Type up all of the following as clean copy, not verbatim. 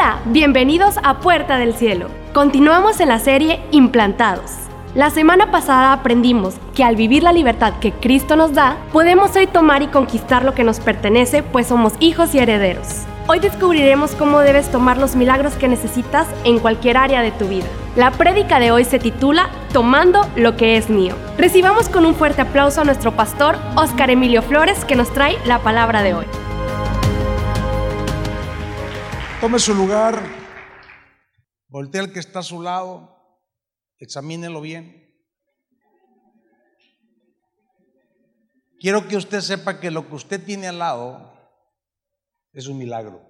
Hola, bienvenidos a Puerta del Cielo. Continuamos en la serie Implantados. La semana pasada aprendimos que al vivir la libertad que Cristo nos da, podemos hoy tomar y conquistar lo que nos pertenece, pues somos hijos y herederos. Hoy descubriremos cómo debes tomar los milagros que necesitas en cualquier área de tu vida. La prédica de hoy se titula Tomando lo que es mío. Recibamos con un fuerte aplauso a nuestro pastor Óscar Emilio Flores, que nos trae la palabra de hoy. Tome su lugar, voltee al que está a su lado, examínelo bien. Quiero que usted sepa que lo que usted tiene al lado es un milagro.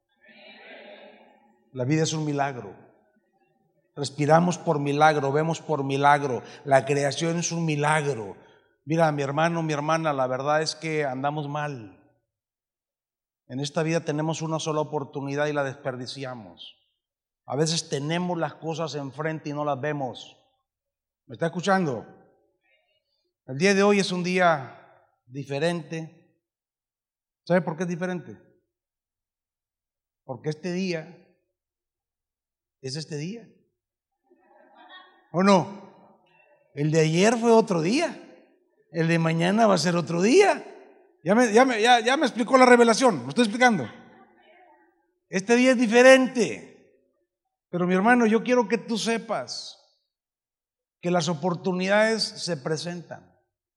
La vida es un milagro. Respiramos por milagro, vemos por milagro. La creación es un milagro. Mira, mi hermano, mi hermana, la verdad es que andamos mal. En esta vida tenemos una sola oportunidad y la desperdiciamos. A veces tenemos las cosas enfrente y no las vemos. ¿Me está escuchando? El día de hoy es un día diferente. ¿Sabe por qué es diferente? Porque este día es este día. ¿O no? El de ayer fue otro día. El de mañana va a ser otro día. Ya me explicó la revelación, ¿me estoy explicando? Este día es diferente. Pero mi hermano, yo quiero que tú sepas que las oportunidades se presentan.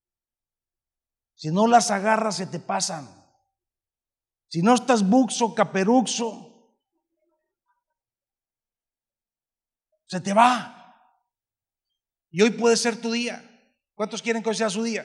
Si no las agarras, se te pasan. Si no estás buxo, caperuxo, se te va. Y hoy puede ser tu día. ¿Cuántos quieren que hoy sea su día?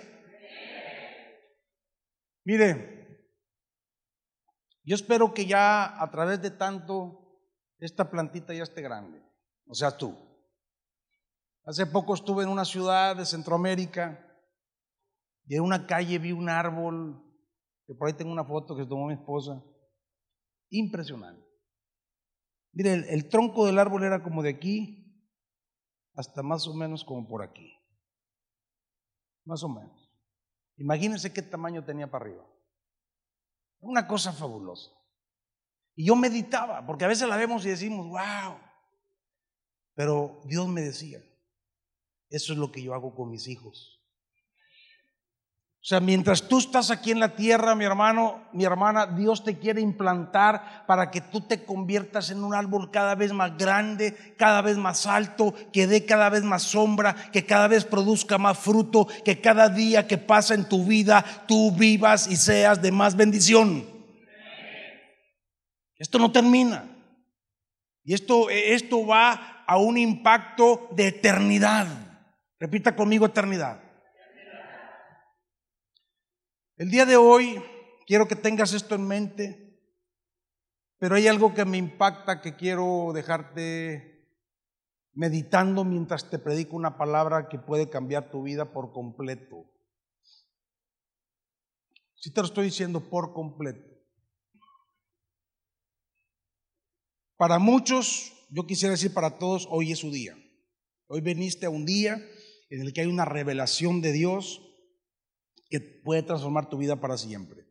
Mire, yo espero que ya a través de tanto esta plantita ya esté grande, o sea tú. Hace poco estuve en una ciudad de Centroamérica y en una calle vi un árbol, que por ahí tengo una foto que se tomó mi esposa, impresionante. Mire, el tronco del árbol era como de aquí hasta más o menos como por aquí, más o menos. Imagínense qué tamaño tenía para arriba. Una cosa fabulosa. Y yo meditaba, porque a veces la vemos y decimos, wow. Pero Dios me decía, eso es lo que yo hago con mis hijos. O sea, mientras tú estás aquí en la tierra, mi hermano, mi hermana, Dios te quiere implantar para que tú te conviertas en un árbol cada vez más grande, cada vez más alto, que dé cada vez más sombra, que cada vez produzca más fruto, que cada día que pasa en tu vida tú vivas y seas de más bendición. Esto no termina. Y esto va a un impacto de eternidad. Repita conmigo, eternidad. El día de hoy quiero que tengas esto en mente, pero hay algo que me impacta que quiero dejarte meditando mientras te predico una palabra que puede cambiar tu vida por completo. Sí te lo estoy diciendo, por completo. Para muchos, yo quisiera decir para todos, hoy es su día. Hoy viniste a un día en el que hay una revelación de Dios que puede transformar tu vida para siempre.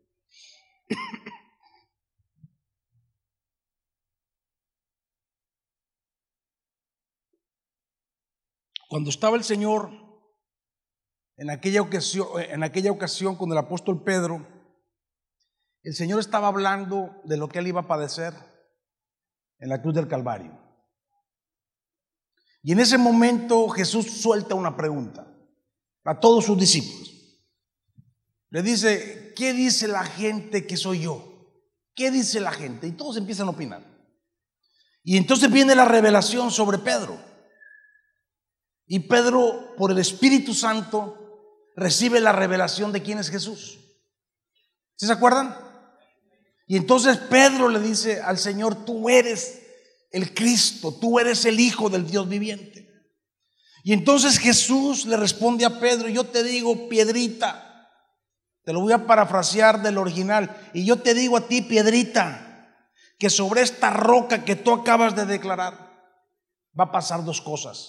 Cuando estaba el Señor en aquella ocasión con el apóstol Pedro, el Señor estaba hablando de lo que él iba a padecer en la cruz del Calvario. Y en ese momento Jesús suelta una pregunta a todos sus discípulos. Le dice, ¿qué dice la gente que soy yo? ¿Qué dice la gente? Y todos empiezan a opinar. Y entonces viene la revelación sobre Pedro. Y Pedro, por el Espíritu Santo, recibe la revelación de quién es Jesús. ¿Sí se acuerdan? Y entonces Pedro le dice al Señor, tú eres el Cristo, tú eres el Hijo del Dios viviente. Y entonces Jesús le responde a Pedro, yo te digo, piedrita. Te lo voy a parafrasear del original. Y yo te digo a ti, piedrita, que sobre esta roca que tú acabas de declarar va a pasar dos cosas.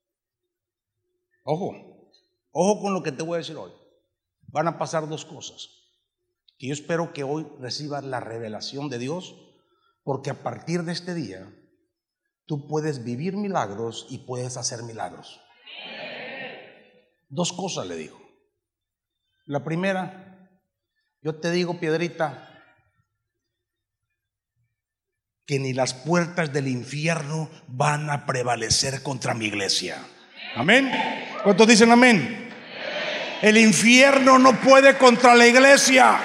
Ojo con lo que te voy a decir hoy. Van a pasar dos cosas que yo espero que hoy recibas la revelación de Dios, porque a partir de este día tú puedes vivir milagros y puedes hacer milagros. Dos cosas le dijo. La primera, yo te digo, piedrita, que ni las puertas del infierno van a prevalecer contra mi iglesia. Amén. ¿Cuántos dicen amén? El infierno no puede contra la iglesia.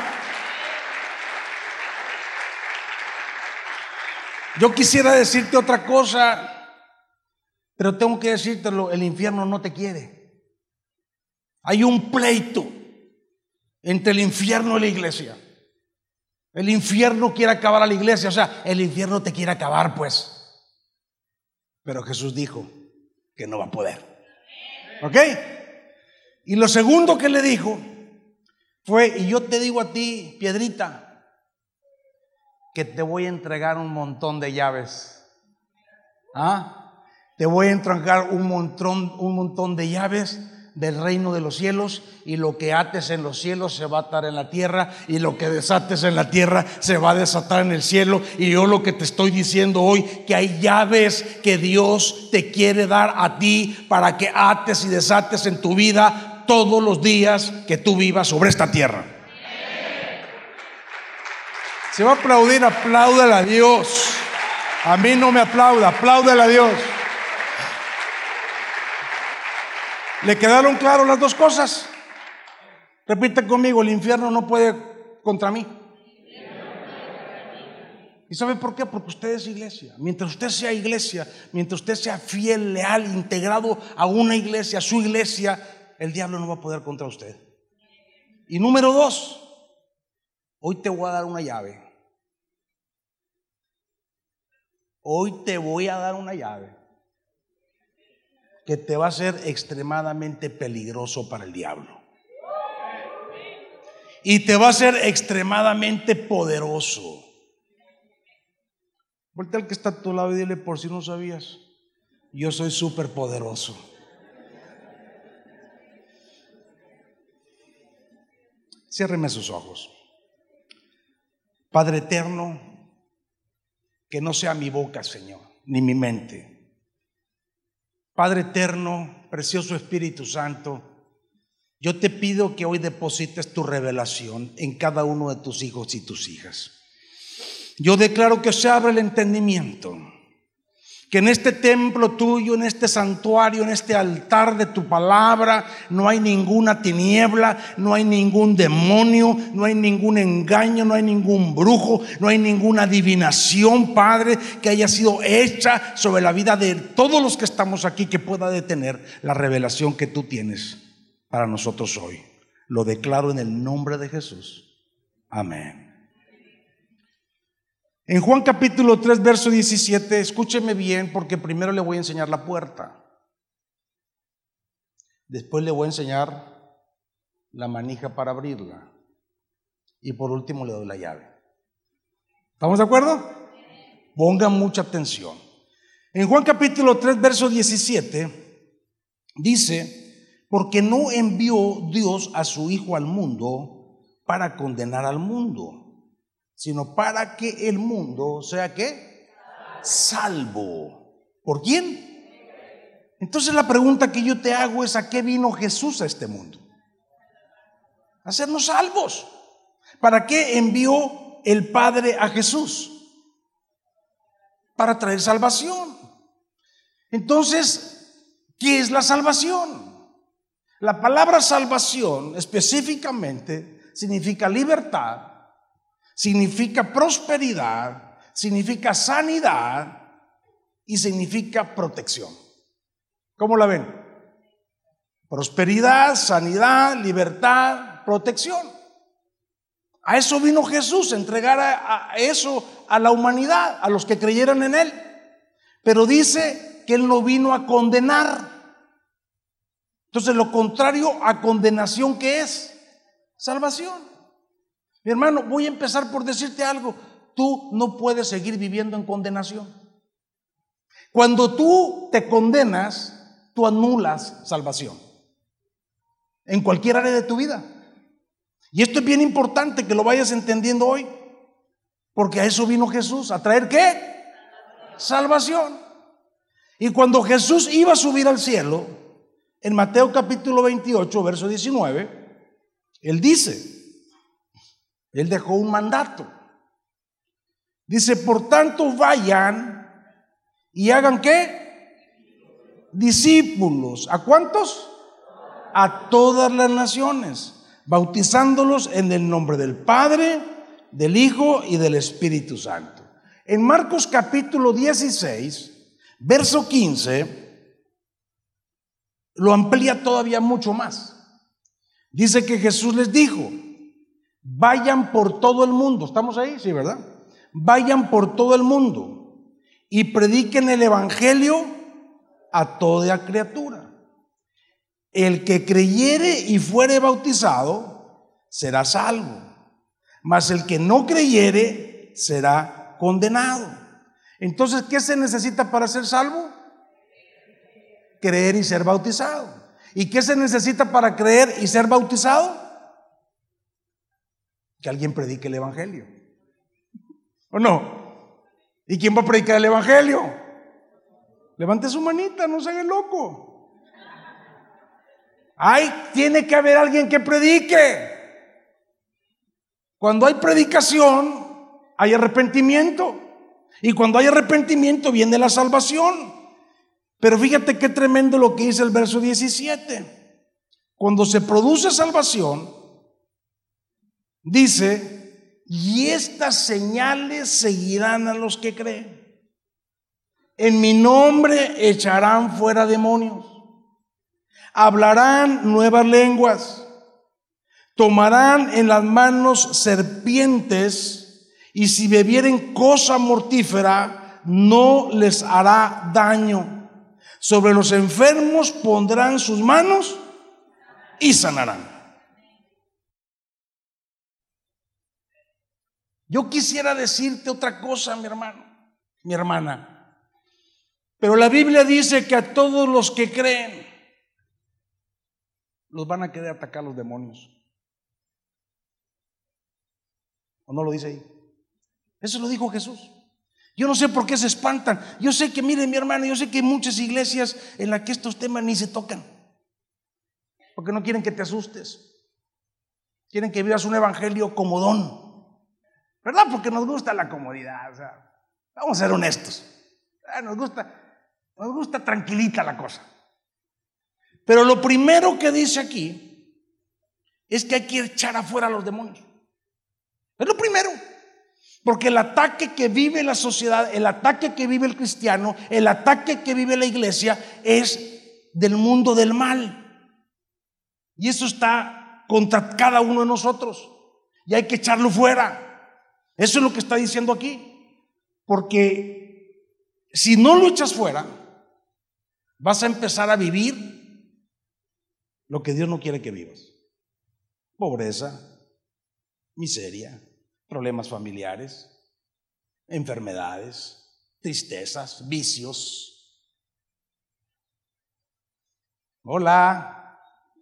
Yo quisiera decirte otra cosa, pero tengo que decírtelo, el infierno no te quiere. Hay un pleito entre el infierno y la iglesia. El infierno quiere acabar a la iglesia, o sea, el infierno te quiere acabar, pues. Pero Jesús dijo que no va a poder. ¿Ok? Y lo segundo que le dijo fue, y yo te digo a ti, piedrita, que te voy a entregar un montón de llaves. Te voy a entregar un montón de llaves del reino de los cielos, y lo que ates en los cielos se va a atar en la tierra, y lo que desates en la tierra se va a desatar en el cielo. Y yo lo que te estoy diciendo hoy, que hay llaves que Dios te quiere dar a ti para que ates y desates en tu vida todos los días que tú vivas sobre esta tierra. Se va a aplaudir, apláudale a Dios. A mí no me aplauda, apláudale a Dios. ¿Le quedaron claras las dos cosas? Repite conmigo, el infierno no puede contra mí. ¿Y sabe por qué? Porque usted es iglesia. Mientras usted sea iglesia, mientras usted sea fiel, leal, integrado a una iglesia, a su iglesia, el diablo no va a poder contra usted. Y número dos, hoy te voy a dar una llave. Hoy te voy a dar una llave que te va a ser extremadamente peligroso para el diablo. Y te va a ser extremadamente poderoso. Voltea al que está a tu lado y dile, por si no sabías, yo soy súper poderoso. Ciérreme sus ojos. Padre eterno, que no sea mi boca, Señor, ni mi mente. Padre eterno, precioso Espíritu Santo, yo te pido que hoy deposites tu revelación en cada uno de tus hijos y tus hijas. Yo declaro que se abre el entendimiento, que en este templo tuyo, en este santuario, en este altar de tu palabra, no hay ninguna tiniebla, no hay ningún demonio, no hay ningún engaño, no hay ningún brujo, no hay ninguna adivinación, Padre, que haya sido hecha sobre la vida de todos los que estamos aquí, que pueda detener la revelación que tú tienes para nosotros hoy. Lo declaro en el nombre de Jesús. Amén. En Juan capítulo 3, verso 17, escúcheme bien, porque primero le voy a enseñar la puerta. Después le voy a enseñar la manija para abrirla. Y por último le doy la llave. ¿Estamos de acuerdo? Pongan mucha atención. En Juan capítulo 3, verso 17, dice, porque no envió Dios a su Hijo al mundo para condenar al mundo, sino para que el mundo sea ¿qué? Salvo. ¿Por quién? Entonces la pregunta que yo te hago es, ¿a qué vino Jesús a este mundo? A hacernos salvos. ¿Para qué envió el Padre a Jesús? Para traer salvación. Entonces, ¿qué es la salvación? La palabra salvación específicamente significa libertad, significa prosperidad, significa sanidad y significa protección. ¿Cómo la ven? Prosperidad, sanidad, libertad, protección. A eso vino Jesús, a entregar a eso a la humanidad, a los que creyeran en Él. Pero dice que Él no vino a condenar. Entonces lo contrario a condenación, ¿qué es? Salvación. Mi hermano, voy a empezar por decirte algo. Tú no puedes seguir viviendo en condenación. Cuando tú te condenas, tú anulas salvación en cualquier área de tu vida. Y esto es bien importante que lo vayas entendiendo hoy. Porque a eso vino Jesús, ¿a traer qué? Salvación. Y cuando Jesús iba a subir al cielo, en Mateo capítulo 28, verso 19, Él dice, Él dejó un mandato. Dice, por tanto vayan y hagan ¿qué? Discípulos. ¿A cuántos? A todas las naciones, bautizándolos en el nombre del Padre, del Hijo y del Espíritu Santo. En Marcos capítulo 16, verso 15, lo amplía todavía mucho más. Dice que Jesús les dijo, vayan por todo el mundo. ¿Estamos ahí? Sí, ¿verdad? Vayan por todo el mundo y prediquen el evangelio a toda criatura. El que creyere y fuere bautizado será salvo, mas el que no creyere será condenado. Entonces, ¿qué se necesita para ser salvo? Creer y ser bautizado. ¿Y qué se necesita para creer y ser bautizado? Que alguien predique el evangelio. ¿O no? ¿Y quién va a predicar el evangelio? Levante su manita, no se haga loco. Tiene que haber alguien que predique. Cuando hay predicación, hay arrepentimiento. Y cuando hay arrepentimiento, viene la salvación. Pero fíjate qué tremendo lo que dice el verso 17. Cuando se produce salvación, dice, y estas señales seguirán a los que creen. En mi nombre echarán fuera demonios. Hablarán nuevas lenguas, tomarán en las manos serpientes, y si bebieren cosa mortífera, no les hará daño. Sobre los enfermos pondrán sus manos y sanarán. Yo quisiera decirte otra cosa, mi hermano, mi hermana, pero la Biblia dice que a todos los que creen los van a querer atacar los demonios. ¿O no lo dice ahí? Eso lo dijo Jesús. Yo no sé por qué se espantan. Yo sé que, miren, mi hermano, yo sé que hay muchas iglesias en las que estos temas ni se tocan, porque no quieren que te asustes. Quieren que vivas un evangelio comodón, ¿verdad? Porque nos gusta la comodidad. O sea, vamos a ser honestos. Nos gusta tranquilita la cosa. Pero lo primero que dice aquí es que hay que echar afuera a los demonios. Es lo primero. Porque el ataque que vive la sociedad, el ataque que vive el cristiano, el ataque que vive la iglesia es del mundo del mal. Y eso está contra cada uno de nosotros. Y hay que echarlo fuera. Eso es lo que está diciendo aquí. Porque si no lo echas fuera, vas a empezar a vivir lo que Dios no quiere que vivas. Pobreza, miseria, problemas familiares, enfermedades, tristezas, vicios. Hola.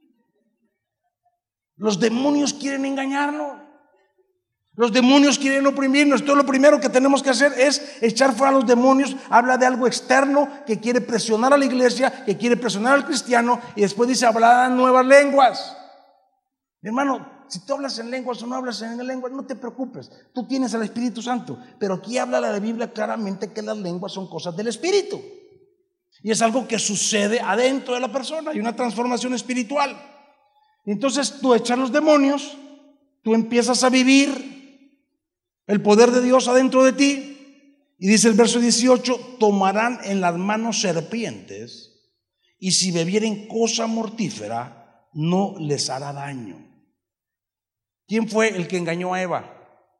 Los demonios quieren engañarnos. Los demonios quieren oprimirnos. Entonces lo primero que tenemos que hacer es echar fuera a los demonios. Habla de algo externo que quiere presionar a la iglesia, que quiere presionar al cristiano, y después dice hablarán nuevas lenguas. Mi hermano, si tú hablas en lenguas o no hablas en lenguas, no te preocupes. Tú tienes al Espíritu Santo. Pero aquí habla la Biblia claramente que las lenguas son cosas del Espíritu. Y es algo que sucede adentro de la persona. Hay una transformación espiritual. Entonces tú echas los demonios, tú empiezas a vivir el poder de Dios adentro de ti. Y dice el verso 18, tomarán en las manos serpientes, y si bebieren cosa mortífera, no les hará daño. ¿Quién fue el que engañó a Eva?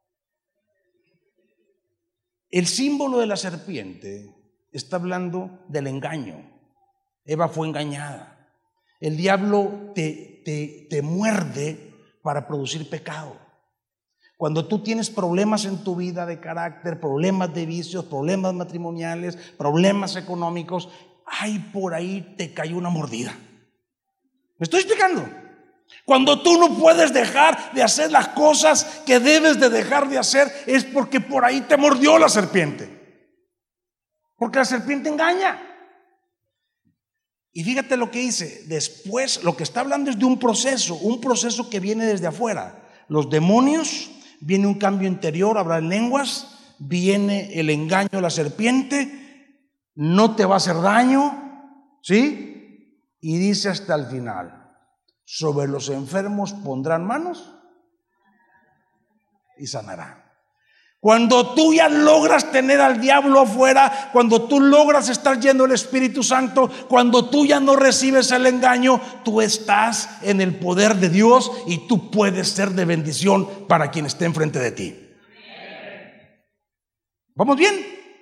El símbolo de la serpiente está hablando del engaño. Eva fue engañada. El diablo te muerde para producir pecado. Cuando tú tienes problemas en tu vida de carácter, problemas de vicios, problemas matrimoniales, problemas económicos, por ahí te cayó una mordida. ¿Me estoy explicando? Cuando tú no puedes dejar de hacer las cosas que debes de dejar de hacer, es porque por ahí te mordió la serpiente. Porque la serpiente engaña. Y fíjate lo que dice. Después, lo que está hablando es de un proceso que viene desde afuera. Los demonios, viene un cambio interior, habrá lenguas, viene el engaño de la serpiente, no te va a hacer daño, ¿sí? Y dice hasta el final: sobre los enfermos pondrán manos y sanarán. Cuando tú ya logras tener al diablo afuera, cuando tú logras estar lleno del Espíritu Santo, cuando tú ya no recibes el engaño, tú estás en el poder de Dios y tú puedes ser de bendición para quien esté enfrente de ti. ¿Vamos bien?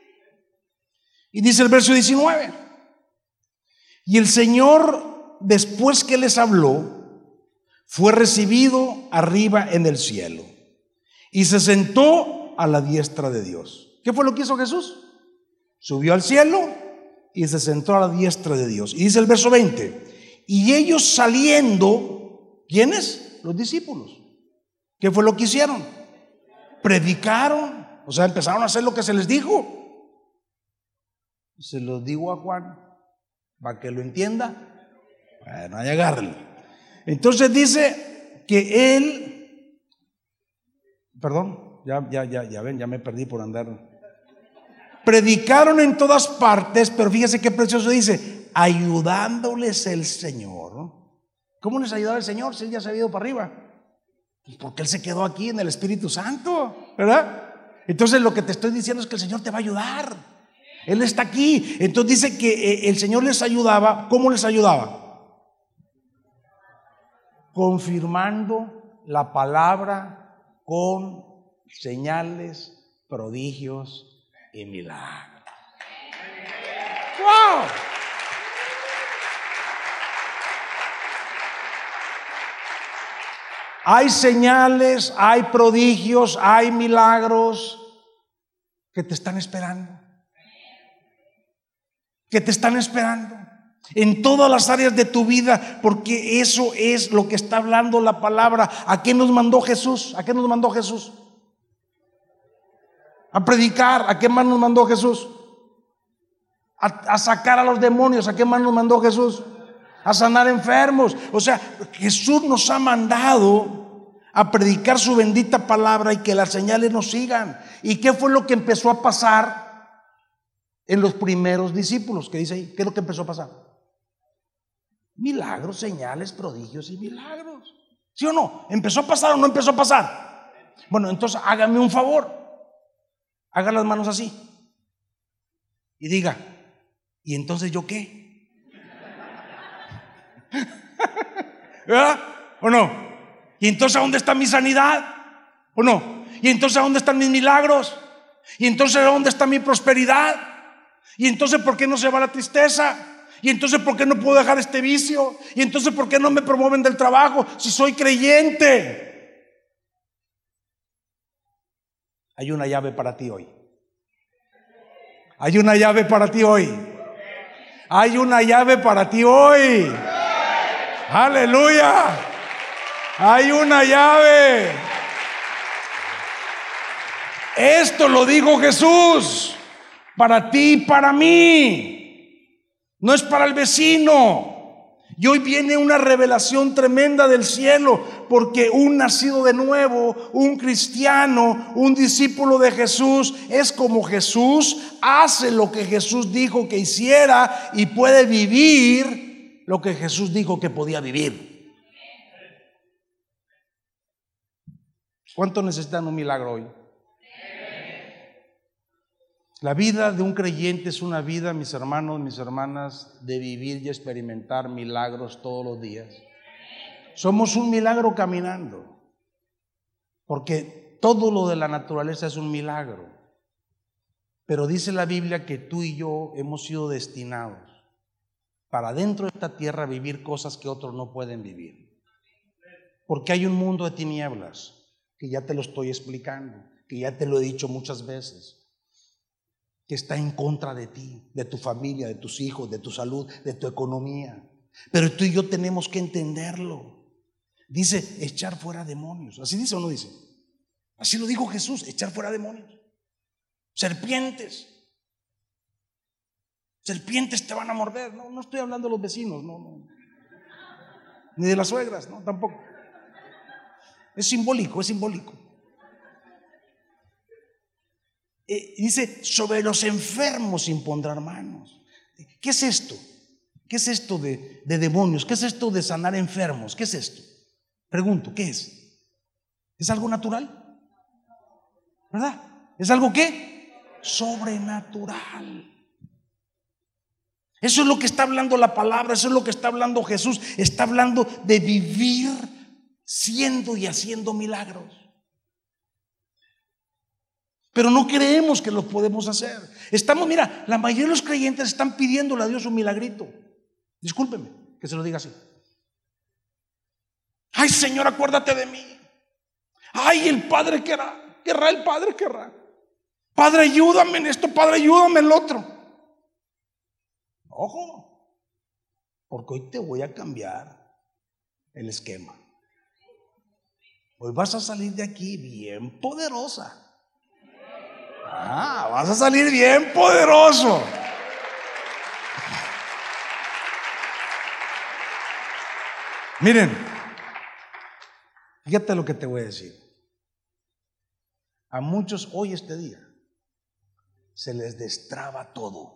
Y dice el verso 19: y el Señor, después que les habló, fue recibido arriba en el cielo y se sentó a la diestra de Dios. ¿Qué fue lo que hizo Jesús? Subió al cielo y se sentó a la diestra de Dios. Y dice el verso 20: y ellos saliendo, ¿quiénes? Los discípulos. ¿Qué fue lo que hicieron? Predicaron, o sea, empezaron a hacer lo que se les dijo. Se lo digo a Juan para que lo entienda. Bueno, ahí agárrenlo. Entonces dice que él, perdón, ya ven, ya me perdí por andar. Predicaron en todas partes, pero fíjese qué precioso dice: ayudándoles el Señor. ¿Cómo les ayudaba el Señor si él ya se había ido para arriba? Pues porque él se quedó aquí en el Espíritu Santo, ¿verdad? Entonces lo que te estoy diciendo es que el Señor te va a ayudar. Él está aquí. Entonces dice que el Señor les ayudaba. ¿Cómo les ayudaba? Confirmando la palabra con señales, prodigios y milagros. ¡Wow! Hay señales, hay prodigios, hay milagros que te están esperando. Que te están esperando en todas las áreas de tu vida, porque eso es lo que está hablando la palabra. ¿A qué nos mandó Jesús? ¿A qué nos mandó Jesús? A predicar. ¿A qué más nos mandó Jesús? A sacar a los demonios. ¿A qué más nos mandó Jesús? A sanar enfermos. O sea, Jesús nos ha mandado a predicar su bendita palabra y que las señales nos sigan. ¿Y qué fue lo que empezó a pasar en los primeros discípulos? ¿Qué dice ahí? ¿Qué es lo que empezó a pasar? Milagros, señales, prodigios y milagros. ¿Sí o no? ¿Empezó a pasar o no empezó a pasar? Bueno, entonces hágame un favor. Haga las manos así y diga: ¿y entonces yo qué? ¿Verdad? ¿O no? ¿Y entonces a dónde está mi sanidad? ¿O no? ¿Y entonces a dónde están mis milagros? ¿Y entonces a dónde está mi prosperidad? ¿Y entonces por qué no se va la tristeza? ¿Y entonces por qué no puedo dejar este vicio? ¿Y entonces por qué no me promueven del trabajo si soy creyente? Hay una llave para ti hoy. Hay una llave para ti hoy. Hay una llave para ti hoy. Aleluya. Hay una llave. Esto lo dijo Jesús. Para ti y para mí. No es para el vecino. Y hoy viene una revelación tremenda del cielo, porque un nacido de nuevo, un cristiano, un discípulo de Jesús, es como Jesús, hace lo que Jesús dijo que hiciera y puede vivir lo que Jesús dijo que podía vivir. ¿Cuántos necesitan un milagro hoy? La vida de un creyente es una vida, mis hermanos, mis hermanas, de vivir y experimentar milagros todos los días. Somos un milagro caminando, porque todo lo de la naturaleza es un milagro. Pero dice la Biblia que tú y yo hemos sido destinados para dentro de esta tierra vivir cosas que otros no pueden vivir. Porque hay un mundo de tinieblas, que ya te lo estoy explicando, que ya te lo he dicho muchas veces, que está en contra de ti, de tu familia, de tus hijos, de tu salud, de tu economía. Pero tú y yo tenemos que entenderlo. Dice echar fuera demonios. ¿Así dice o no dice? Así lo dijo Jesús, echar fuera demonios. Serpientes. Serpientes te van a morder. No, no estoy hablando de los vecinos, no. Ni de las suegras, no, tampoco. Es simbólico, es simbólico. Dice, sobre los enfermos impondrán manos. ¿Qué es esto? ¿Qué es esto de demonios? ¿Qué es esto de sanar enfermos? ¿Qué es esto? Pregunto, ¿qué es? ¿Es algo natural? ¿Verdad? ¿Es algo qué? Sobrenatural. Eso es lo que está hablando la palabra, eso es lo que está hablando Jesús. Está hablando de vivir siendo y haciendo milagros. Pero no creemos que lo podemos hacer. Mira, la mayoría de los creyentes están pidiéndole a Dios un milagrito. Discúlpeme que se lo diga así. Ay, Señor, acuérdate de mí. Ay, el Padre querrá el Padre querrá. Padre, ayúdame en esto, Padre, ayúdame en lo otro. Ojo, porque hoy te voy a cambiar el esquema. Hoy vas a salir de aquí bien poderosa. Vas a salir bien poderoso. Miren, fíjate lo que te voy a decir. A muchos hoy este día se les destraba todo.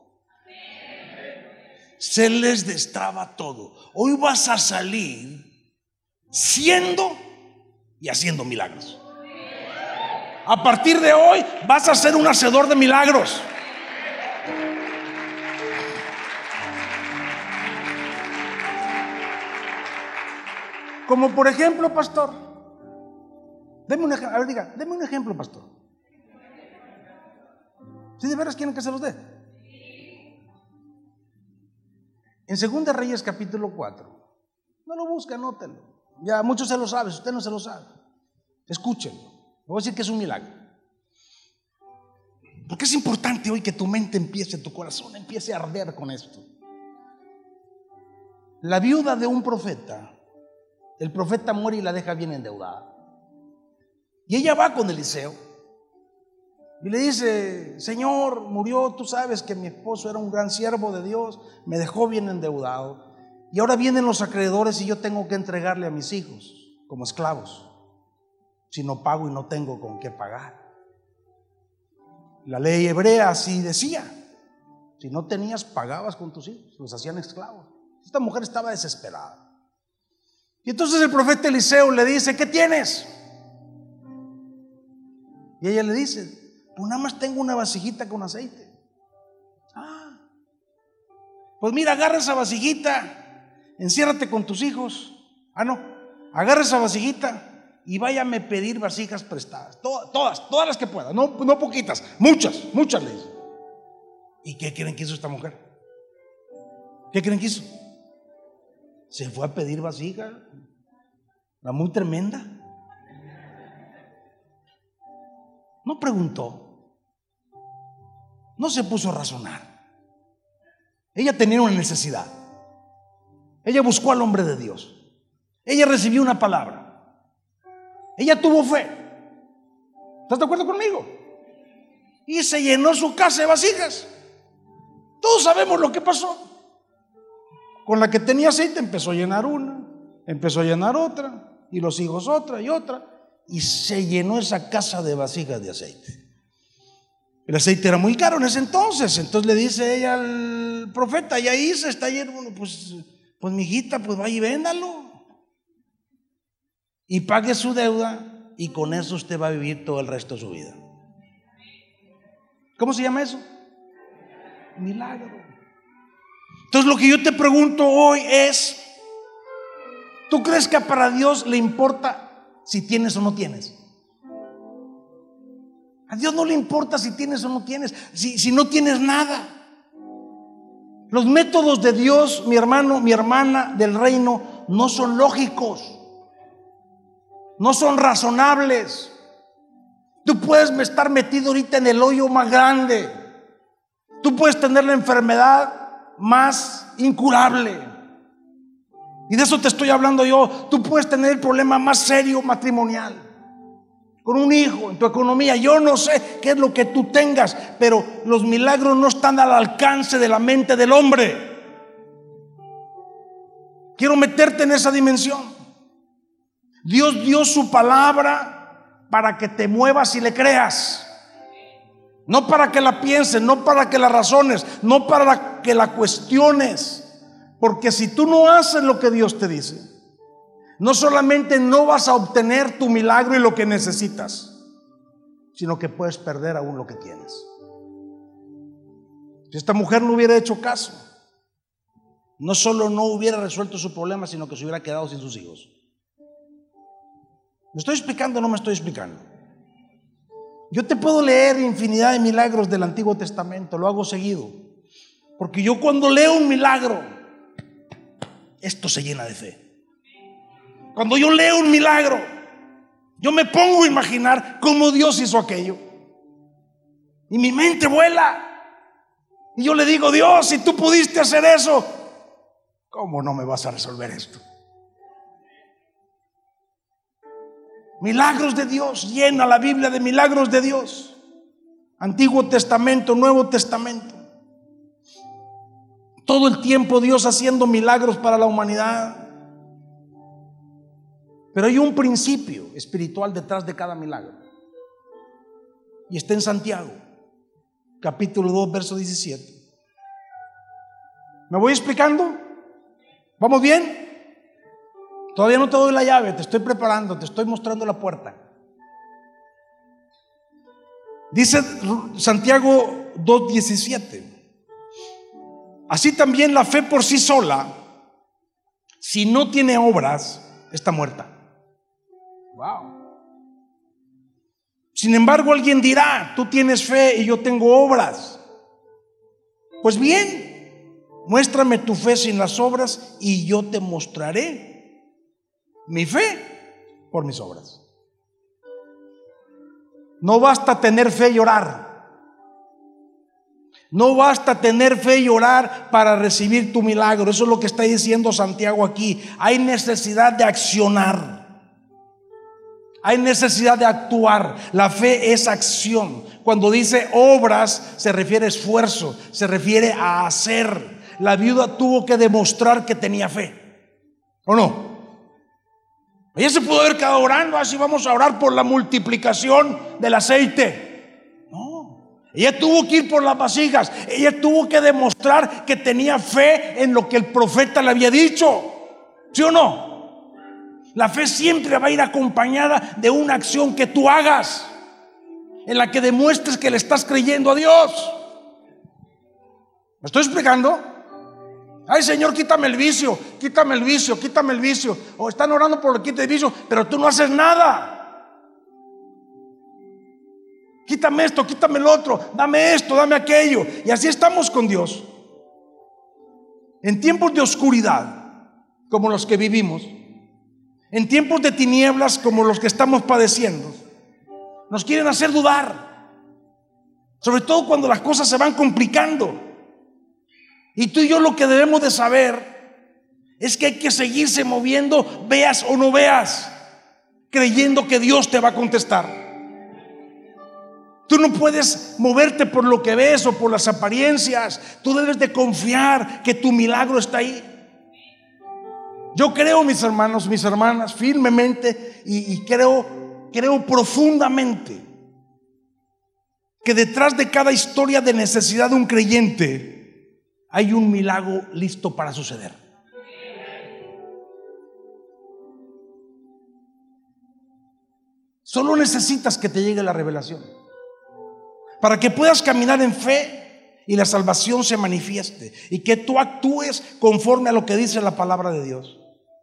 Se les destraba todo. Hoy vas a salir siendo y haciendo milagros. A partir de hoy vas a ser un hacedor de milagros. Como por ejemplo, pastor, deme un ejemplo. A ver, diga, deme un ejemplo, pastor. ¿Sí de veras quieren que se los dé? En 2 Reyes capítulo 4. No lo busque, anótelo. Ya muchos se lo saben, usted no se lo sabe. Escúchenlo. Le voy a decir que es un milagro. Porque es importante hoy que tu mente empiece, tu corazón empiece a arder con esto. La viuda de un profeta, el profeta muere y la deja bien endeudada. Y ella va con Eliseo y le dice: Señor, murió, tú sabes que mi esposo era un gran siervo de Dios, me dejó bien endeudado y ahora vienen los acreedores y yo tengo que entregarle a mis hijos como esclavos. Si no pago y no tengo con qué pagar. La ley hebrea así decía: si no tenías, pagabas con tus hijos, los hacían esclavos. Esta mujer estaba desesperada. Y entonces el profeta Eliseo le dice: ¿qué tienes? Y ella le dice: pues nada más tengo una vasijita con aceite. Pues mira, agarra esa vasijita, enciérrate con tus hijos. Agarra esa vasijita y váyame a pedir vasijas prestadas, todas las que pueda, no poquitas, muchas le dice. ¿Y qué creen que hizo esta mujer? ¿Qué creen que hizo? Se fue a pedir vasijas, la muy tremenda. No preguntó, no se puso a razonar. Ella tenía una necesidad. Ella buscó al hombre de Dios. Ella recibió una palabra. Ella tuvo fe. ¿Estás de acuerdo conmigo? Y se llenó su casa de vasijas. Todos sabemos lo que pasó. Con la que tenía aceite empezó a llenar una, empezó a llenar otra, y los hijos otra y otra, y se llenó esa casa de vasijas de aceite. El aceite era muy caro en ese entonces. Entonces le dice ella al profeta: y ahí se está lleno. Pues mijita, pues vaya y véndalo y pague su deuda, y con eso usted va a vivir todo el resto de su vida. ¿Cómo se llama eso? Milagro. Entonces lo que yo te pregunto hoy es: ¿tú crees que para Dios le importa si tienes o no tienes? A Dios no le importa si tienes o no tienes, si no tienes nada. Los métodos de Dios, mi hermano, mi hermana, del reino, no son lógicos. No son razonables. Tú puedes estar metido ahorita en el hoyo más grande. Tú puedes tener la enfermedad más incurable. Y de eso te estoy hablando yo. Tú puedes tener el problema más serio matrimonial, con un hijo, en tu economía. Yo no sé qué es lo que tú tengas, pero los milagros no están al alcance de la mente del hombre. Quiero meterte en esa dimensión. Dios dio su palabra para que te muevas y le creas. No para que la pienses, no para que la razones, no para que la cuestiones. Porque si tú no haces lo que Dios te dice, no solamente no vas a obtener tu milagro y lo que necesitas, sino que puedes perder aún lo que tienes. Si esta mujer no hubiera hecho caso, no solo no hubiera resuelto su problema, sino que se hubiera quedado sin sus hijos. ¿Me estoy explicando o no me estoy explicando? Yo te puedo leer infinidad de milagros del Antiguo Testamento, lo hago seguido, porque yo cuando leo un milagro, esto se llena de fe. Cuando yo leo un milagro, yo me pongo a imaginar cómo Dios hizo aquello, y mi mente vuela, y yo le digo: Dios, si tú pudiste hacer eso, ¿cómo no me vas a resolver esto? Milagros de Dios, llena la Biblia de milagros de Dios. Antiguo Testamento, Nuevo Testamento. Todo el tiempo Dios haciendo milagros para la humanidad. Pero hay un principio espiritual detrás de cada milagro, y está en Santiago, capítulo 2, verso 17. ¿Me voy explicando? ¿Vamos bien? Todavía no te doy la llave, te estoy preparando, te estoy mostrando la puerta. Dice Santiago 2:17: así también la fe por sí sola, si no tiene obras, está muerta. Wow. Sin embargo, alguien dirá: tú tienes fe y yo tengo obras. Pues bien, muéstrame tu fe sin las obras y yo te mostraré mi fe por mis obras. No basta tener fe y orar. No basta tener fe y orar para recibir tu milagro. Eso es lo que está diciendo Santiago aquí. Hay necesidad de accionar. Hay necesidad de actuar. La fe es acción. Cuando dice obras, se refiere a esfuerzo, se refiere a hacer. La viuda tuvo que demostrar que tenía fe, ¿o no? Ella se pudo haber quedado orando: así vamos a orar por la multiplicación del aceite. No, ella tuvo que ir por las vasijas. Ella tuvo que demostrar que tenía fe en lo que el profeta le había dicho. ¿Sí o no? La fe siempre va a ir acompañada de una acción que tú hagas, en la que demuestres que le estás creyendo a Dios. ¿Me estoy explicando? Ay, Señor, quítame el vicio, quítame el vicio, quítame el vicio. O están orando por el quite el vicio, pero tú no haces nada. Quítame esto, quítame el otro, dame esto, dame aquello. Y así estamos con Dios. En tiempos de oscuridad, como los que vivimos, en tiempos de tinieblas, como los que estamos padeciendo, nos quieren hacer dudar, sobre todo cuando las cosas se van complicando. Y tú y yo lo que debemos de saber es que hay que seguirse moviendo, veas o no veas, creyendo que Dios te va a contestar. Tú no puedes moverte por lo que ves o por las apariencias. Tú debes de confiar que tu milagro está ahí. Yo creo, mis hermanos, mis hermanas, firmemente y creo profundamente que detrás de cada historia de necesidad de un creyente hay un milagro listo para suceder. Solo necesitas que te llegue la revelación para que puedas caminar en fe y la salvación se manifieste y que tú actúes conforme a lo que dice la palabra de Dios.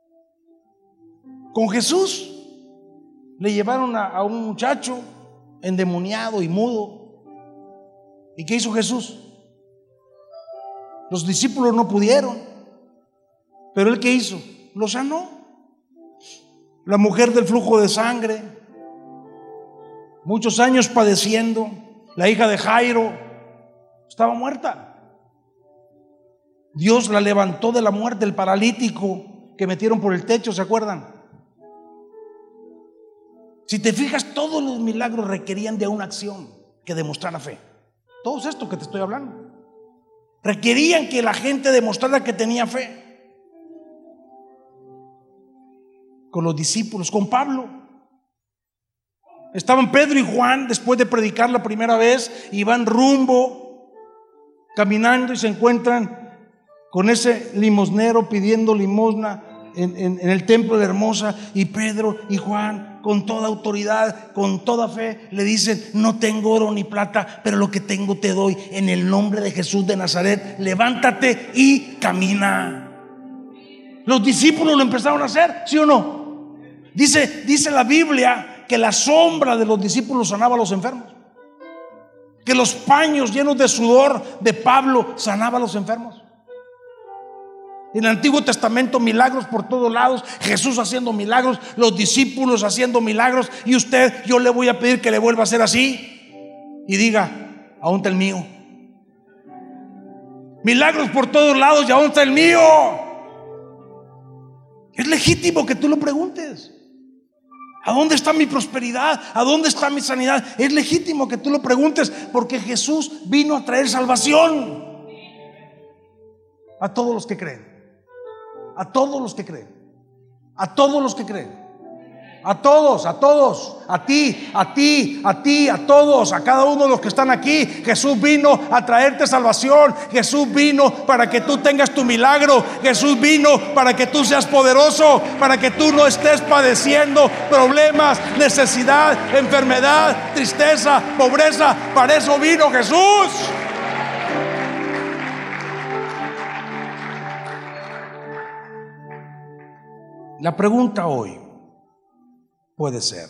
Con Jesús le llevaron a un muchacho endemoniado y mudo. ¿Y qué hizo Jesús? Los discípulos no pudieron, pero ¿él qué hizo? Lo sanó. La mujer del flujo de sangre, muchos años padeciendo, la hija de Jairo, estaba muerta. Dios la levantó de la muerte. El paralítico que metieron por el techo, ¿se acuerdan? Si te fijas, todos los milagros requerían de una acción que demostrara fe. Todo esto que te estoy hablando requerían que la gente demostrara que tenía fe. Con los discípulos, con Pablo, estaban Pedro y Juan después de predicar la primera vez, y van rumbo, caminando, y se encuentran con ese limosnero pidiendo limosna en el templo de Hermosa, y Pedro y Juan, con toda autoridad, con toda fe, le dicen: no tengo oro ni plata, pero lo que tengo te doy. En el nombre de Jesús de Nazaret, levántate y camina. Los discípulos lo empezaron a hacer, ¿sí o no? Dice la Biblia que la sombra de los discípulos sanaba a los enfermos, que los paños llenos de sudor de Pablo sanaba a los enfermos. En el Antiguo Testamento, milagros por todos lados, Jesús haciendo milagros, los discípulos haciendo milagros. Y usted, yo le voy a pedir que le vuelva a hacer así y diga: ¿a dónde está el mío? Milagros por todos lados, ¿y a dónde está el mío? Es legítimo que tú lo preguntes: ¿a dónde está mi prosperidad? ¿A dónde está mi sanidad? Es legítimo que tú lo preguntes, porque Jesús vino a traer salvación a todos los que creen. A todos los que creen. A todos los que creen. A todos, a todos. A ti, a ti, a ti, a todos. A cada uno de los que están aquí. Jesús vino a traerte salvación. Jesús vino para que tú tengas tu milagro. Jesús vino para que tú seas poderoso, para que tú no estés padeciendo problemas, necesidad, enfermedad, tristeza, pobreza. Para eso vino Jesús. La pregunta hoy puede ser: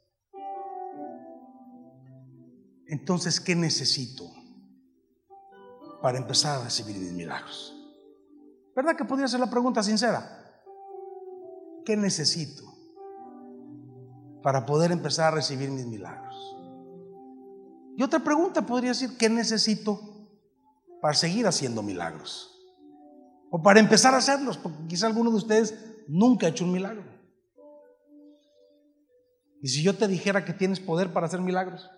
entonces, ¿qué necesito para empezar a recibir mis milagros? ¿Verdad que podría ser la pregunta sincera? ¿Qué necesito para poder empezar a recibir mis milagros? Y otra pregunta podría ser: ¿qué necesito para seguir haciendo milagros? O para empezar a hacerlos, porque quizá alguno de ustedes nunca ha hecho un milagro. Y si yo te dijera que tienes poder para hacer milagros,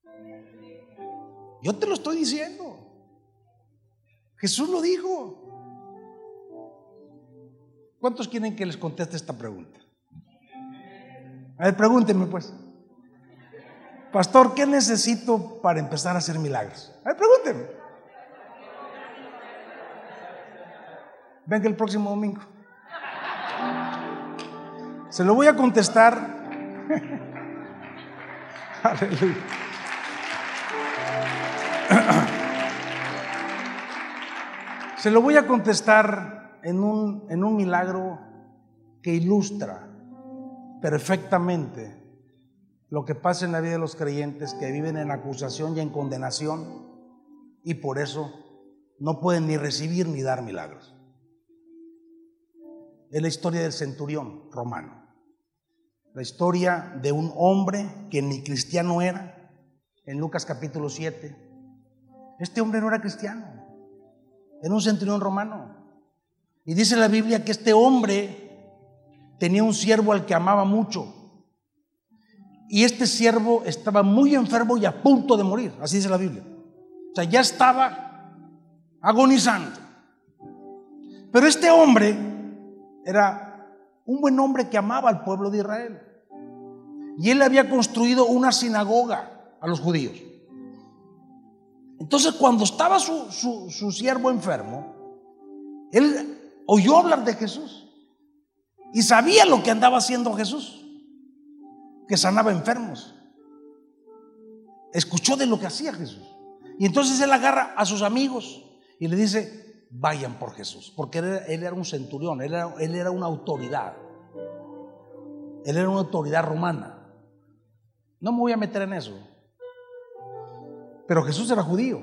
yo te lo estoy diciendo. Jesús lo dijo. ¿Cuántos quieren que les conteste esta pregunta? A ver, pregúntenme pues: pastor, ¿qué necesito para empezar a hacer milagros? A ver, pregúntenme. Venga el próximo domingo. Se lo voy a contestar. Aleluya. Se lo voy a contestar en un milagro que ilustra perfectamente lo que pasa en la vida de los creyentes que viven en acusación y en condenación, y por eso no pueden ni recibir ni dar milagros. Es la historia del centurión romano, la historia de un hombre que ni cristiano era, en Lucas capítulo 7. Este hombre no era cristiano, era un centurión romano. Y dice la Biblia que este hombre tenía un siervo al que amaba mucho, y este siervo estaba muy enfermo y a punto de morir, así dice la Biblia. O sea, ya estaba agonizando. Pero este hombre era un buen hombre que amaba al pueblo de Israel, y él había construido una sinagoga a los judíos. Entonces, cuando estaba su siervo enfermo, él oyó hablar de Jesús y sabía lo que andaba haciendo Jesús, que sanaba enfermos. Escuchó de lo que hacía Jesús, y entonces él agarra a sus amigos y le dice: vayan por Jesús, porque él era un centurión, él era una autoridad, él era una autoridad romana. No me voy a meter en eso, pero Jesús era judío,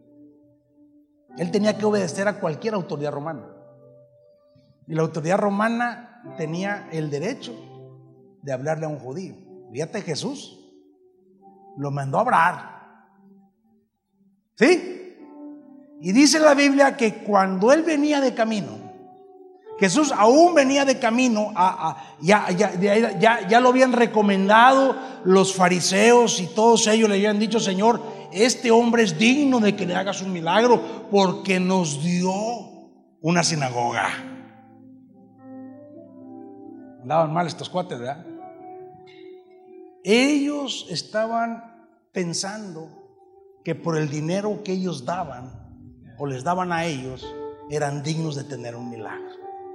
él tenía que obedecer a cualquier autoridad romana, y la autoridad romana tenía el derecho de hablarle a un judío. Fíjate, Jesús lo mandó a hablar, ¿sí? Y dice la Biblia que cuando él venía de camino, Jesús aún venía de camino, ya lo habían recomendado los fariseos y todos ellos le habían dicho: Señor, este hombre es digno de que le hagas un milagro porque nos dio una sinagoga. Andaban mal estos cuates, ¿verdad? Ellos estaban pensando que por el dinero que ellos daban o les daban a ellos, eran dignos de tener un milagro.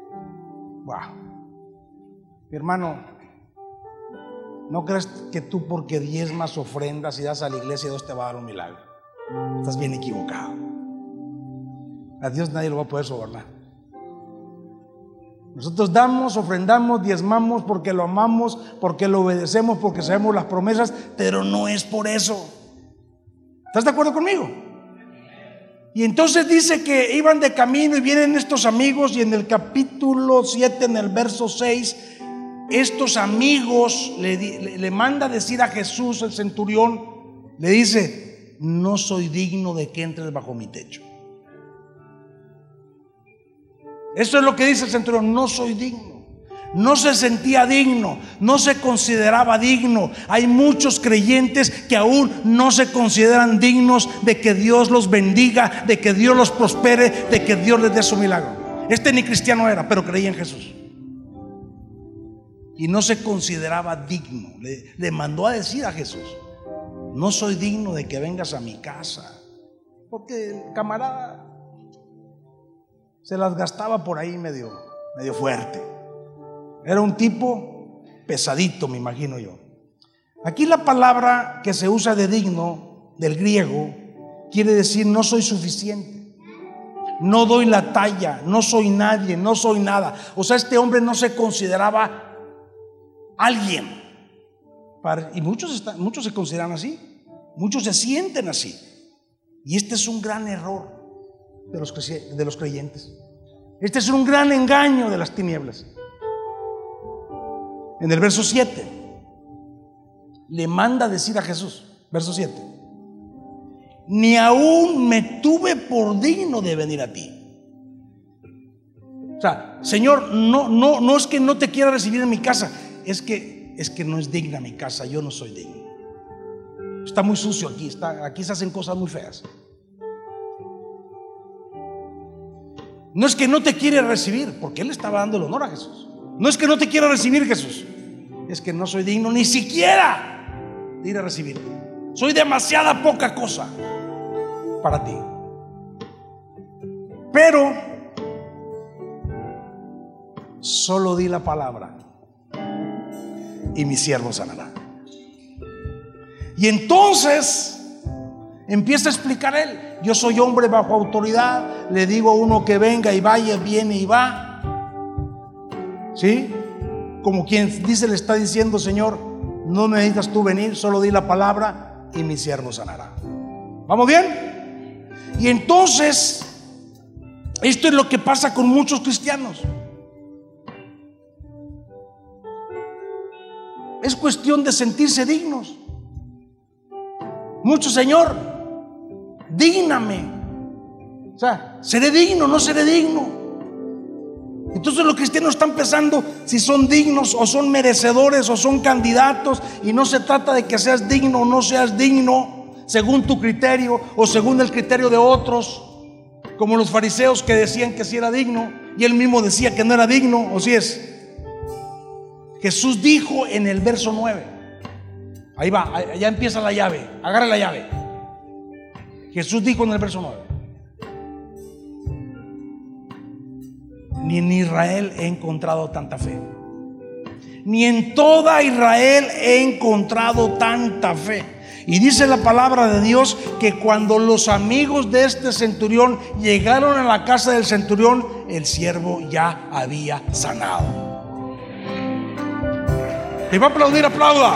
Wow. Mi hermano, no creas que tú porque diezmas, ofrendas y das a la iglesia, Dios te va a dar un milagro. Estás bien equivocado. A Dios nadie lo va a poder sobornar. Nosotros damos, ofrendamos, diezmamos porque lo amamos, porque lo obedecemos, porque sabemos las promesas, pero no es por eso. ¿Estás de acuerdo conmigo? Y entonces dice que iban de camino y vienen estos amigos, y en el capítulo 7, en el verso 6, estos amigos le manda decir a Jesús, el centurión, le dice: no soy digno de que entres bajo mi techo. Eso es lo que dice el centurión: no soy digno. No se sentía digno, no se consideraba digno. Hay muchos creyentes que aún no se consideran dignos de que Dios los bendiga, de que Dios los prospere, de que Dios les dé su milagro. Este ni cristiano era, pero creía en Jesús y no se consideraba digno. Le mandó a decir a Jesús: no soy digno de que vengas a mi casa, porque el camarada se las gastaba por ahí medio fuerte. Era un tipo pesadito, me imagino yo. Aquí la palabra que se usa de digno, del griego, quiere decir no soy suficiente, no doy la talla, no soy nadie, no soy nada. O sea, este hombre no se consideraba alguien. Y muchos se consideran así, muchos se sienten así. Y este es un gran error de los creyentes. Este es un gran engaño de las tinieblas. En el verso 7 le manda decir a Jesús, verso 7: ni aún me tuve por digno de venir a ti. O sea, Señor, no es que no te quiera recibir en mi casa, es que no es digna mi casa, yo no soy digno. Está muy sucio aquí se hacen cosas muy feas. No es que no te quiere recibir, porque él estaba dando el honor a Jesús. No es que no te quiera recibir, Jesús, es que no soy digno ni siquiera de ir a recibirte. Soy demasiada poca cosa para ti. Pero solo di la palabra y mi siervo sanará. Y entonces empieza a explicar él: yo soy hombre bajo autoridad, le digo a uno que venga y vaya, viene y va. ¿Sí? Como quien dice, le está diciendo: Señor, no necesitas tú venir, solo di la palabra y mi siervo sanará. ¿Vamos bien? Y entonces esto es lo que pasa con muchos cristianos. Es cuestión de sentirse dignos. Mucho: Señor, dígname. O sea, ¿seré digno o no seré digno? Entonces los cristianos están pensando si son dignos o son merecedores o son candidatos, y no se trata de que seas digno o no seas digno según tu criterio o según el criterio de otros, como los fariseos que decían que sí era digno y él mismo decía que no era digno. ¿O sí es? Jesús dijo en el verso 9, ahí va, ya empieza la llave, agarra la llave. Jesús dijo en el verso 9: ni en Israel he encontrado tanta fe, ni en toda Israel he encontrado tanta fe. Y dice la palabra de Dios que cuando los amigos de este centurión llegaron a la casa del centurión, el siervo ya había sanado. ¿Te va a aplaudir? Aplauda.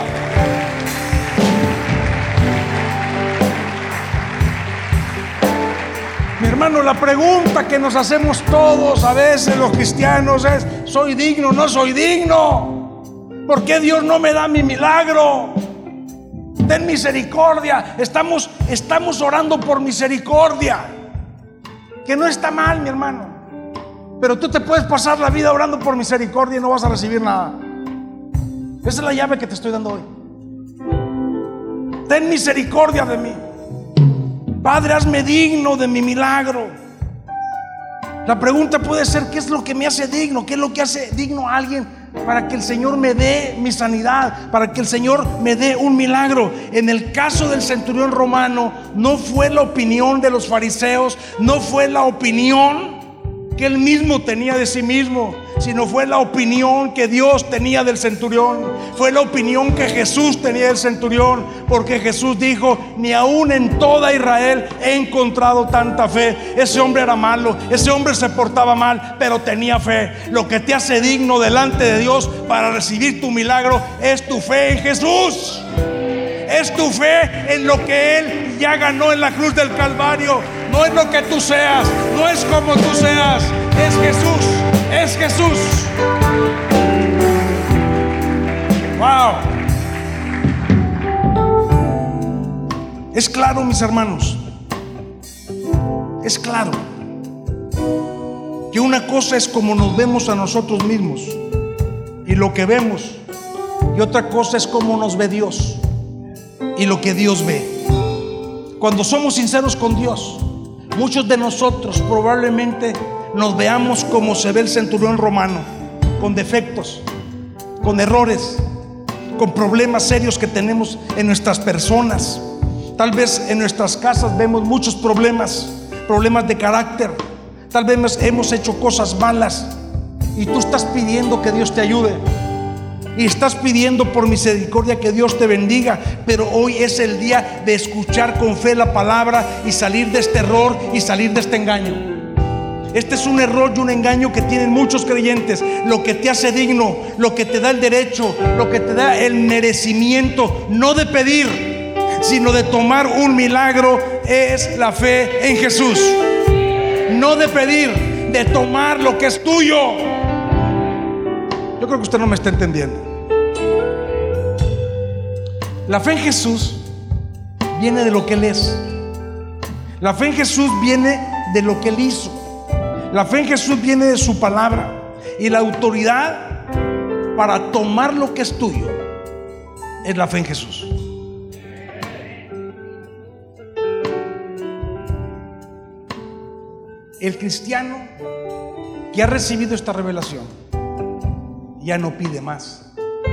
Mi hermano, la pregunta que nos hacemos todos a veces los cristianos es: ¿soy digno o no soy digno? ¿Por qué Dios no me da mi milagro? Ten misericordia. Estamos orando por misericordia, que no está mal, mi hermano. Pero tú te puedes pasar la vida orando por misericordia y no vas a recibir nada. Esa es la llave que te estoy dando hoy. Ten misericordia de mí. Padre, hazme digno de mi milagro. La pregunta puede ser: ¿qué es lo que me hace digno? ¿Qué es lo que hace digno a alguien para que el Señor me dé mi sanidad, para que el Señor me dé un milagro? En el caso del centurión romano, no fue la opinión de los fariseos, no fue la opinión que él mismo tenía de sí mismo, sino fue la opinión que Dios tenía del centurión. Fue la opinión que Jesús tenía del centurión, porque Jesús dijo: ni aún en toda Israel he encontrado tanta fe. Ese hombre era malo, ese hombre se portaba mal, pero tenía fe. Lo que te hace digno delante de Dios para recibir tu milagro es tu fe en Jesús. Es tu fe en lo que Él ya ganó en la cruz del Calvario. No es lo que tú seas, no es como tú seas, es Jesús, es Jesús. Wow. Es claro, mis hermanos, es claro que una cosa es como nos vemos a nosotros mismos y lo que vemos, y otra cosa es cómo nos ve Dios y lo que Dios ve. Cuando somos sinceros con Dios, muchos de nosotros probablemente nos veamos como se ve el centurión romano, con defectos, con errores, con problemas serios que tenemos en nuestras personas. Tal vez en nuestras casas vemos muchos problemas de carácter. Tal vez hemos hecho cosas malas y tú estás pidiendo que Dios te ayude y estás pidiendo por misericordia que Dios te bendiga. Pero hoy es el día de escuchar con fe la palabra y salir de este error y salir de este engaño. Este es un error y un engaño que tienen muchos creyentes. Lo que te hace digno, lo que te da el derecho, lo que te da el merecimiento, no de pedir, sino de tomar un milagro, es la fe en Jesús. No de pedir, de tomar lo que es tuyo. Yo creo que usted no me está entendiendo. La fe en Jesús viene de lo que Él es. La fe en Jesús viene de lo que Él hizo. La fe en Jesús viene de su palabra. Y la autoridad para tomar lo que es tuyo es la fe en Jesús. El cristiano que ha recibido esta revelación ya no pide más.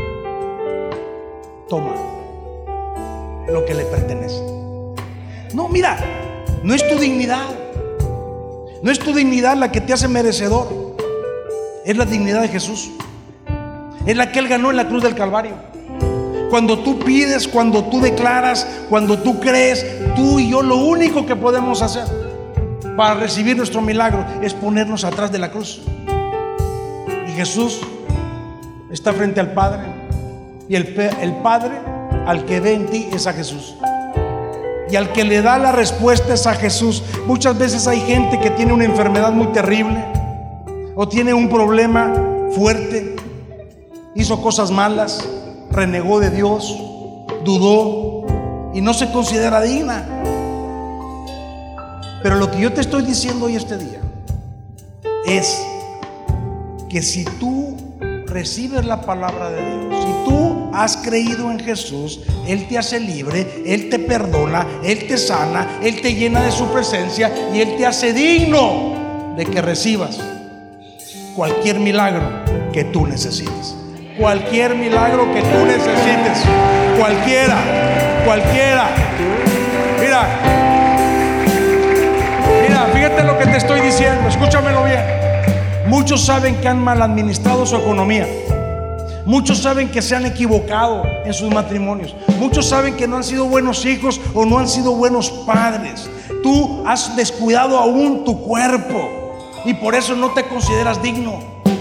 Toma lo que le pertenece. No, mira, no es tu dignidad. No es tu dignidad la que te hace merecedor. Es la dignidad de Jesús. Es la que Él ganó en la cruz del Calvario. Cuando tú pides, cuando tú declaras, cuando tú crees, tú y yo lo único que podemos hacer para recibir nuestro milagro es ponernos atrás de la cruz. Y Jesús está frente al Padre. Y el Padre al que ve en ti es a Jesús. Y al que le da la respuesta es a Jesús. Muchas veces hay gente que tiene una enfermedad muy terrible, o tiene un problema fuerte, hizo cosas malas, renegó de Dios, dudó y no se considera digna. Pero lo que yo te estoy diciendo hoy este día es que si tú recibes la palabra de Dios, si tú has creído en Jesús, Él te hace libre, Él te perdona, Él te sana, Él te llena de su presencia y Él te hace digno de que recibas cualquier milagro que tú necesites. Cualquier milagro que tú necesites, cualquiera. Mira, fíjate lo que te estoy diciendo, escúchamelo bien. Muchos saben que han mal administrado su economía. Muchos saben que se han equivocado en sus matrimonios. Muchos saben que no han sido buenos hijos o no han sido buenos padres. Tú has descuidado aún tu cuerpo y por eso no te consideras digno.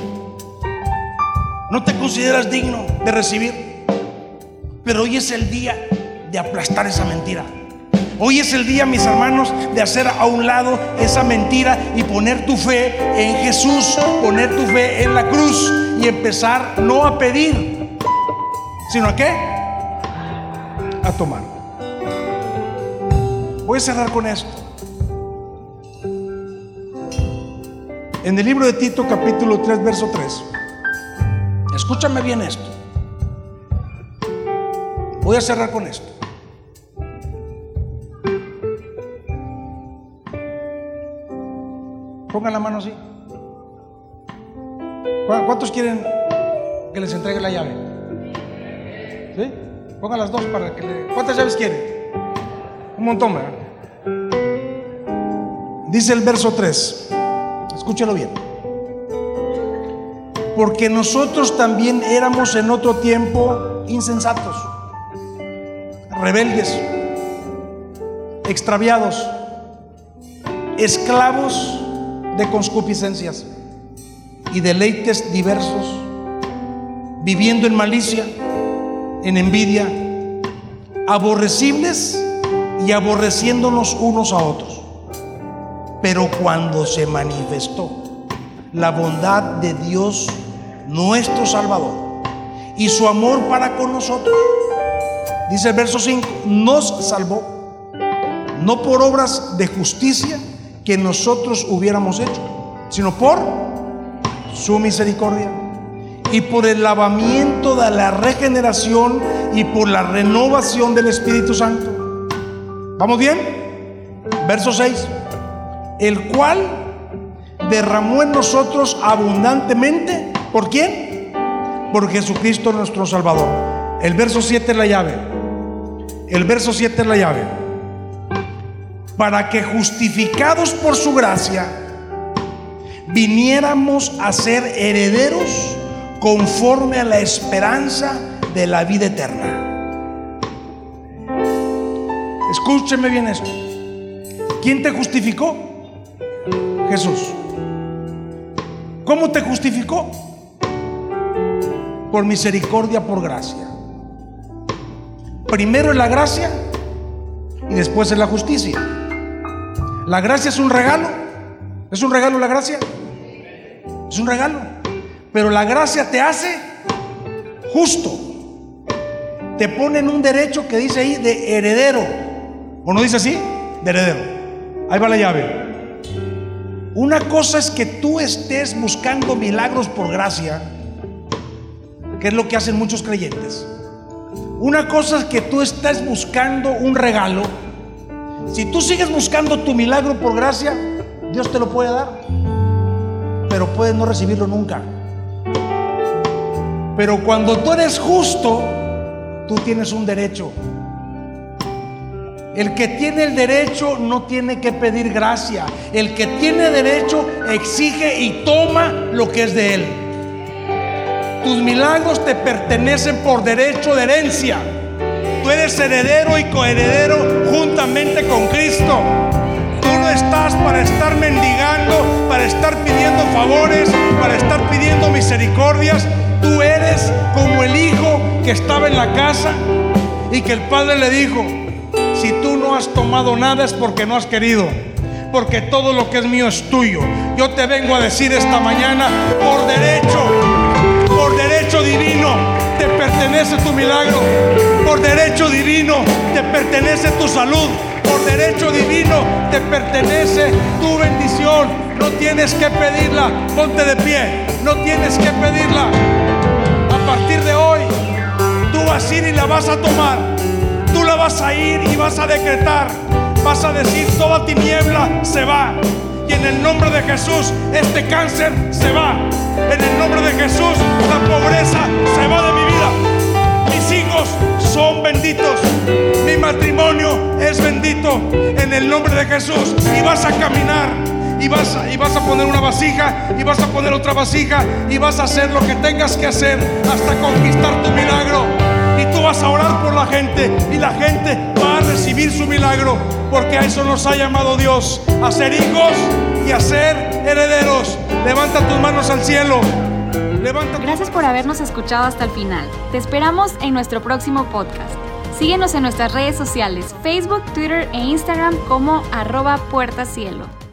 No te consideras digno de recibir. Pero hoy es el día de aplastar esa mentira. Hoy es el día, mis hermanos, de hacer a un lado esa mentira y poner tu fe en Jesús, poner tu fe en la cruz y empezar no a pedir, sino ¿a qué? A tomar. Voy a cerrar con esto. En el libro de Tito, capítulo 3, verso 3. Escúchame bien esto. Voy a cerrar con esto. Pongan la mano así. ¿Cuántos quieren que les entregue la llave? ¿Sí? Pongan las dos para que le... ¿Cuántas llaves quieren? Un montón, ¿verdad? Dice el verso 3. Escúchalo bien. Porque nosotros también éramos en otro tiempo insensatos, rebeldes, extraviados, esclavos de concupiscencias y deleites diversos, viviendo en malicia, en envidia, aborrecibles y aborreciéndonos unos a otros. Pero cuando se manifestó la bondad de Dios nuestro Salvador y su amor para con nosotros, dice el verso 5, nos salvó, no por obras de justicia que nosotros hubiéramos hecho, sino por su misericordia y por el lavamiento de la regeneración y por la renovación del Espíritu Santo. ¿Vamos bien? Verso 6. El cual derramó en nosotros abundantemente. ¿Por quién? Por Jesucristo nuestro Salvador. El verso 7 es la llave. El verso 7 es la llave. Para que justificados por su gracia viniéramos a ser herederos conforme a la esperanza de la vida eterna. Escúcheme bien esto. ¿Quién te justificó? Jesús. ¿Cómo te justificó? Por misericordia, por gracia. Primero es la gracia y después es la justicia. La gracia es un regalo. ¿Es un regalo la gracia? Es un regalo. Pero la gracia te hace justo. Te pone en un derecho que dice ahí de heredero. ¿O no dice así? De heredero. Ahí va la llave. Una cosa es que tú estés buscando milagros por gracia, que es lo que hacen muchos creyentes. Una cosa es que tú estés buscando un regalo. Si tú sigues buscando tu milagro por gracia, Dios te lo puede dar, pero puedes no recibirlo nunca. Pero cuando tú eres justo, tú tienes un derecho. El que tiene el derecho no tiene que pedir gracia. El que tiene derecho exige y toma lo que es de él. Tus milagros te pertenecen por derecho de herencia. Tú eres heredero y coheredero juntamente con Cristo. Tú no estás para estar mendigando, para estar pidiendo favores, para estar pidiendo misericordias. Tú eres como el hijo que estaba en la casa y que el padre le dijo: si tú no has tomado nada es porque no has querido, porque todo lo que es mío es tuyo. Yo te vengo a decir esta mañana, por derecho divino te pertenece tu milagro. Por derecho divino te pertenece tu salud. Por derecho divino te pertenece tu bendición. No tienes que pedirla. Ponte de pie. No tienes que pedirla. A partir de hoy tú vas a ir y la vas a tomar. Tú la vas a ir y vas a decretar. Vas a decir: toda tiniebla se va. Y en el nombre de Jesús, este cáncer se va. En el nombre de Jesús, la pobreza se va de mi vida. Mis hijos son benditos. Mi matrimonio es bendito. En el nombre de Jesús. Y vas a caminar. Y vas a poner una vasija. Y vas a poner otra vasija. Y vas a hacer lo que tengas que hacer hasta conquistar tu milagro. Y tú vas a orar por la gente. Y la gente va a recibir su milagro. Porque a eso nos ha llamado Dios, a ser hijos y a ser herederos. Levanta tus manos al cielo. Gracias por habernos escuchado hasta el final. Te esperamos en nuestro próximo podcast. Síguenos en nuestras redes sociales, Facebook, Twitter e Instagram como @puertacielo.